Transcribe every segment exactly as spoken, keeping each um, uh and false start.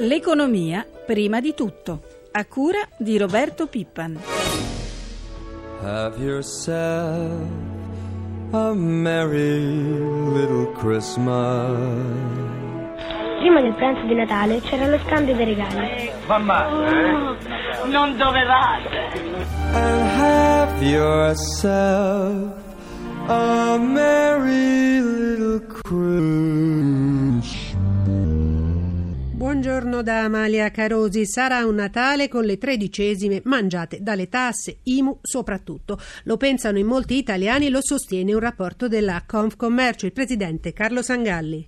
L'economia prima di tutto, a cura di Roberto Pippan. Have yourself a merry little Christmas. Prima del pranzo di Natale c'era lo scambio dei regali. Mamma, oh, eh? Non dovevate. And have yourself a merry little Christmas. Buongiorno da Amalia Carosi. Sarà un Natale con le tredicesime mangiate dalle tasse, I M U soprattutto. Lo pensano in molti italiani, lo sostiene un rapporto della Confcommercio. Il presidente Carlo Sangalli.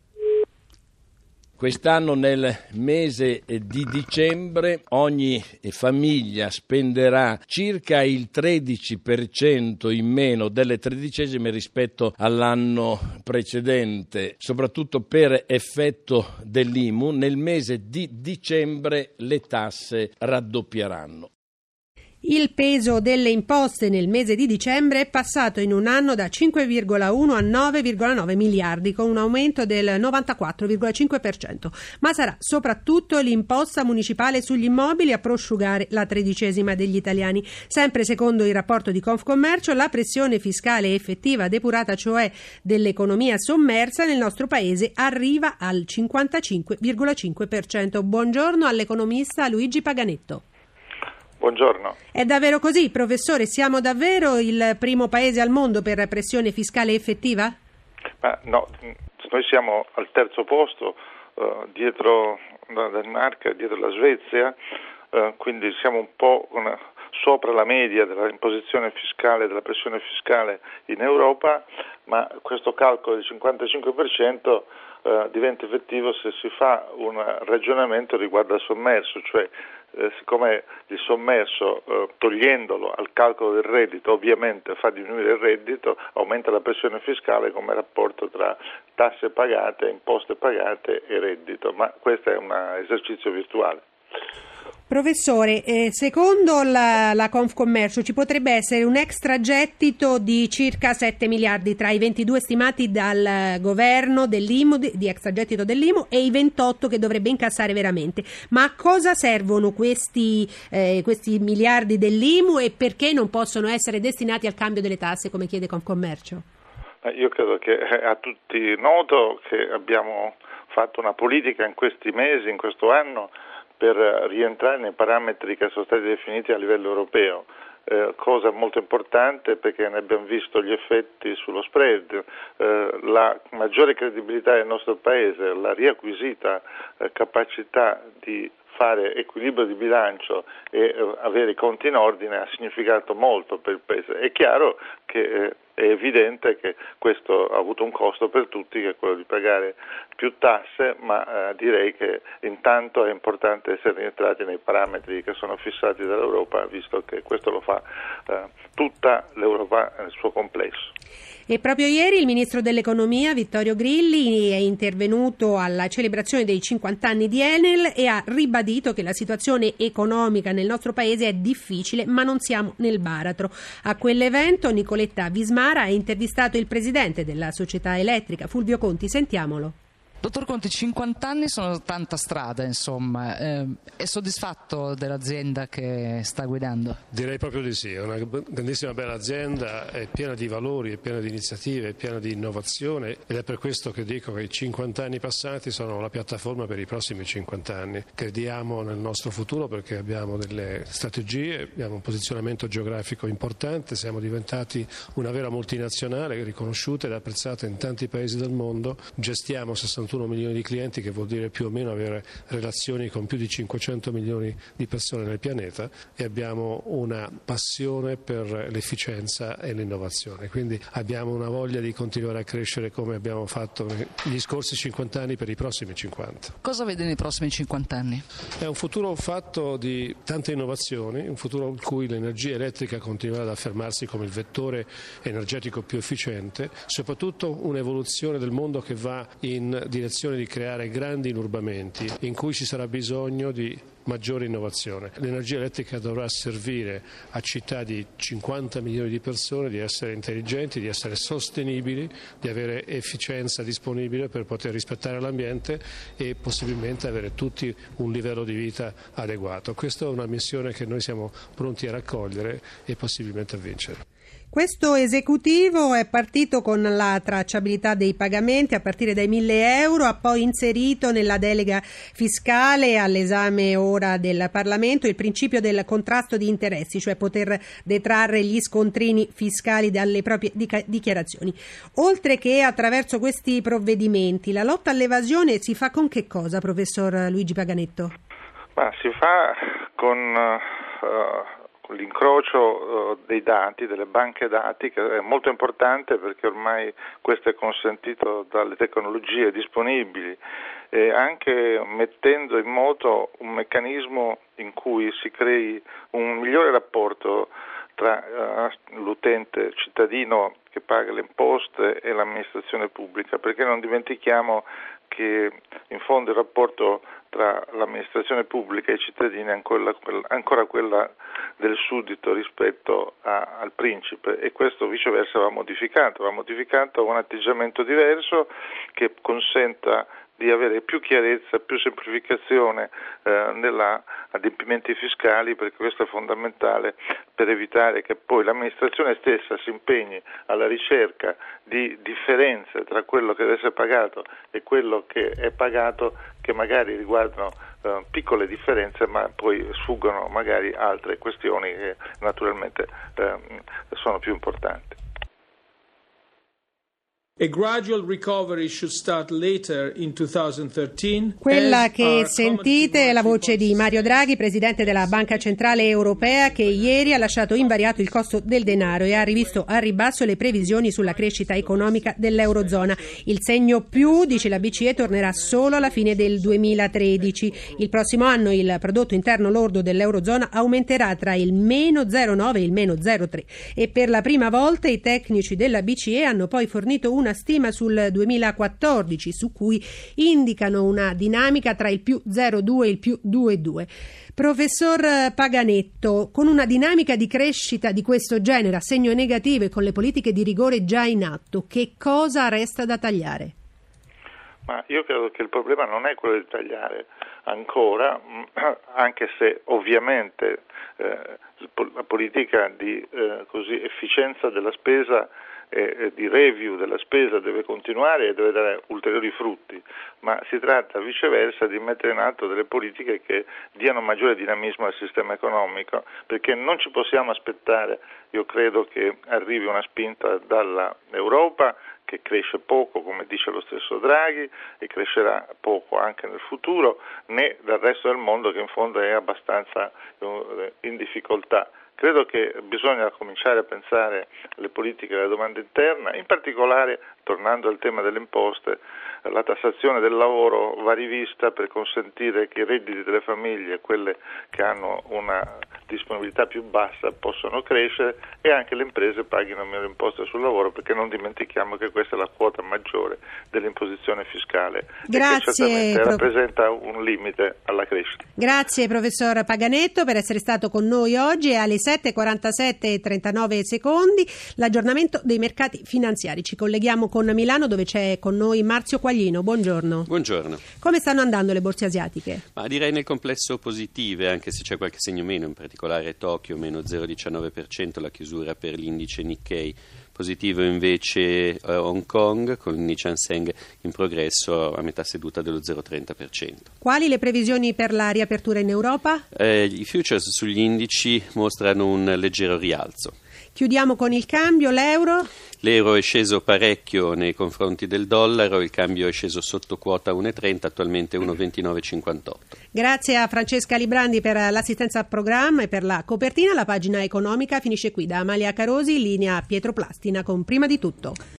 Quest'anno nel mese di dicembre ogni famiglia spenderà circa il tredici per cento in meno delle tredicesime rispetto all'anno precedente, soprattutto per effetto dell'I M U. Nel mese di dicembre le tasse raddoppieranno. Il peso delle imposte nel mese di dicembre è passato in un anno da cinque virgola uno a nove virgola nove miliardi, con un aumento del novantaquattro virgola cinque per cento. Ma sarà soprattutto l'imposta municipale sugli immobili a prosciugare la tredicesima degli italiani. Sempre secondo il rapporto di Confcommercio, la pressione fiscale effettiva depurata, cioè dell'economia sommersa, nel nostro paese arriva al cinquantacinque virgola cinque per cento. Buongiorno all'economista Luigi Paganetto. Buongiorno. È davvero così, professore? Siamo davvero il primo paese al mondo per pressione fiscale effettiva? Ma no, noi siamo al terzo posto, uh, dietro la Danimarca, dietro la Svezia, uh, quindi siamo un po' una, sopra la media della imposizione fiscale, della pressione fiscale in Europa, ma questo calcolo del cinquantacinque per cento uh, diventa effettivo se si fa un ragionamento riguardo al sommerso, cioè Eh, siccome il sommerso, eh, togliendolo al calcolo del reddito, ovviamente fa diminuire il reddito, aumenta la pressione fiscale come rapporto tra tasse pagate, imposte pagate e reddito, ma questo è un esercizio virtuale. Professore, eh, secondo la, la Confcommercio ci potrebbe essere un extragettito di circa sette miliardi tra i ventidue stimati dal governo dell'I M U, di, di extragettito dell'I M U, e i ventotto che dovrebbe incassare veramente. Ma a cosa servono questi, eh, questi miliardi dell'I M U e perché non possono essere destinati al cambio delle tasse, come chiede Confcommercio? Io credo che è a tutti noto che abbiamo fatto una politica in questi mesi, in questo anno, per rientrare nei parametri che sono stati definiti a livello europeo, eh, cosa molto importante perché ne abbiamo visto gli effetti sullo spread, eh, la maggiore credibilità del nostro Paese, la riacquisita eh, capacità di fare equilibrio di bilancio e eh, avere i conti in ordine ha significato molto per il Paese. È chiaro che eh, è evidente che questo ha avuto un costo per tutti, che è quello di pagare più tasse, ma eh, direi che intanto è importante essere rientrati nei parametri che sono fissati dall'Europa, visto che questo lo fa eh, tutta l'Europa nel suo complesso. E proprio ieri il ministro dell'economia Vittorio Grilli è intervenuto alla celebrazione dei cinquanta anni di Enel e ha ribadito che la situazione economica nel nostro paese è difficile, ma non siamo nel baratro. A quell'evento Nicoletta Vismara ha intervistato il presidente della società elettrica, Fulvio Conti. Sentiamolo. Dottor Conti, cinquanta anni sono tanta strada, insomma. Eh, è soddisfatto dell'azienda che sta guidando? Direi proprio di sì, è una grandissima bella azienda, è piena di valori, è piena di iniziative, è piena di innovazione ed è per questo che dico che i cinquanta anni passati sono la piattaforma per i prossimi cinquanta anni. Crediamo nel nostro futuro perché abbiamo delle strategie, abbiamo un posizionamento geografico importante, siamo diventati una vera multinazionale riconosciuta ed apprezzata in tanti paesi del mondo, gestiamo sessantuno milioni di clienti, che vuol dire più o meno avere relazioni con più di cinquecento milioni di persone nel pianeta, e abbiamo una passione per l'efficienza e l'innovazione, quindi abbiamo una voglia di continuare a crescere come abbiamo fatto negli scorsi cinquanta anni per i prossimi cinquanta. Cosa vede nei prossimi cinquanta anni? È un futuro fatto di tante innovazioni, un futuro in cui l'energia elettrica continuerà ad affermarsi come il vettore energetico più efficiente, soprattutto un'evoluzione del mondo che va in direzione direzione di creare grandi inurbamenti in cui ci sarà bisogno di maggiore innovazione. L'energia elettrica dovrà servire a città di cinquanta milioni di persone di essere intelligenti, di essere sostenibili, di avere efficienza disponibile per poter rispettare l'ambiente e possibilmente avere tutti un livello di vita adeguato. Questa è una missione che noi siamo pronti a raccogliere e possibilmente a vincere. Questo esecutivo è partito con la tracciabilità dei pagamenti a partire dai mille euro, ha poi inserito nella delega fiscale all'esame ora del Parlamento il principio del contrasto di interessi, cioè poter detrarre gli scontrini fiscali dalle proprie dichiarazioni. Oltre che attraverso questi provvedimenti, la lotta all'evasione si fa con che cosa, professor Luigi Paganetto? Ma si fa con... Uh... l'incrocio uh, dei dati, delle banche dati, che è molto importante perché ormai questo è consentito dalle tecnologie disponibili, e anche mettendo in moto un meccanismo in cui si crei un migliore rapporto tra uh, l'utente cittadino che paga le imposte e l'amministrazione pubblica, perché non dimentichiamo che in fondo il rapporto tra l'amministrazione pubblica e i cittadini è ancora, ancora quella del suddito rispetto a, al principe, e questo viceversa va modificato, va modificato a un atteggiamento diverso che consenta di avere più chiarezza, più semplificazione eh, nella adempimenti fiscali, perché questo è fondamentale per evitare che poi l'amministrazione stessa si impegni alla ricerca di differenze tra quello che deve essere pagato e quello che è pagato, che magari riguardano eh, piccole differenze, ma poi sfuggono magari altre questioni che naturalmente eh, sono più importanti. A gradual recovery should start later in twenty thirteen. Quella che sentite è la voce di Mario Draghi, presidente della Banca Centrale Europea, che ieri ha lasciato invariato il costo del denaro e ha rivisto a ribasso le previsioni sulla crescita economica dell'Eurozona. Il segno più, dice la B C E, tornerà solo alla fine del duemilatredici. Il prossimo anno il prodotto interno lordo dell'Eurozona aumenterà tra il meno zero virgola nove e il meno zero virgola tre, e per la prima volta i tecnici della B C E hanno poi fornito una stima sul duemilaquattordici, su cui indicano una dinamica tra il più zero virgola due e il più due virgola due. Professor Paganetto, con una dinamica di crescita di questo genere a segno negativo e con le politiche di rigore già in atto, che cosa resta da tagliare? Ma io credo che il problema non è quello di tagliare ancora, anche se ovviamente eh, la politica di eh, così efficienza della spesa e di review della spesa deve continuare e deve dare ulteriori frutti, ma si tratta viceversa di mettere in atto delle politiche che diano maggiore dinamismo al sistema economico, perché non ci possiamo aspettare, io credo, che arrivi una spinta dall'Europa che cresce poco, come dice lo stesso Draghi, e crescerà poco anche nel futuro, né dal resto del mondo, che in fondo è abbastanza in difficoltà. Credo che bisogna cominciare a pensare alle politiche della domanda interna, in particolare, tornando al tema delle imposte, la tassazione del lavoro va rivista per consentire che i redditi delle famiglie, quelle che hanno una disponibilità più bassa, possano crescere, e anche le imprese paghino meno imposte sul lavoro, perché non dimentichiamo che questa è la quota maggiore dell'imposizione fiscale. Grazie, e che certamente pro... rappresenta un limite alla crescita. Grazie professor Paganetto per essere stato con noi oggi. E alle sette e quarantasette e trentanove secondi l'aggiornamento dei mercati finanziari. Ci colleghiamo con Milano, dove c'è con noi Marzio Quaglino. Buongiorno. Buongiorno. Come stanno andando le borse asiatiche? Ma direi nel complesso positive, anche se c'è qualche segno meno, in particolare Tokyo meno zero virgola diciannove per cento, la chiusura per l'indice Nikkei. Positivo invece uh, Hong Kong, con l'indice Hang Seng in progresso a metà seduta dello zero virgola trenta per cento. Quali le previsioni per la riapertura in Europa? Eh, I futures sugli indici mostrano un leggero rialzo. Chiudiamo con il cambio, l'euro. L'euro è sceso parecchio nei confronti del dollaro, il cambio è sceso sotto quota uno virgola trenta, attualmente uno virgola ventinove cinquantotto. Grazie a Francesca Librandi per l'assistenza al programma e per la copertina. La pagina economica finisce qui. Da Amalia Carosi, linea Pietro Plastina con Prima di Tutto.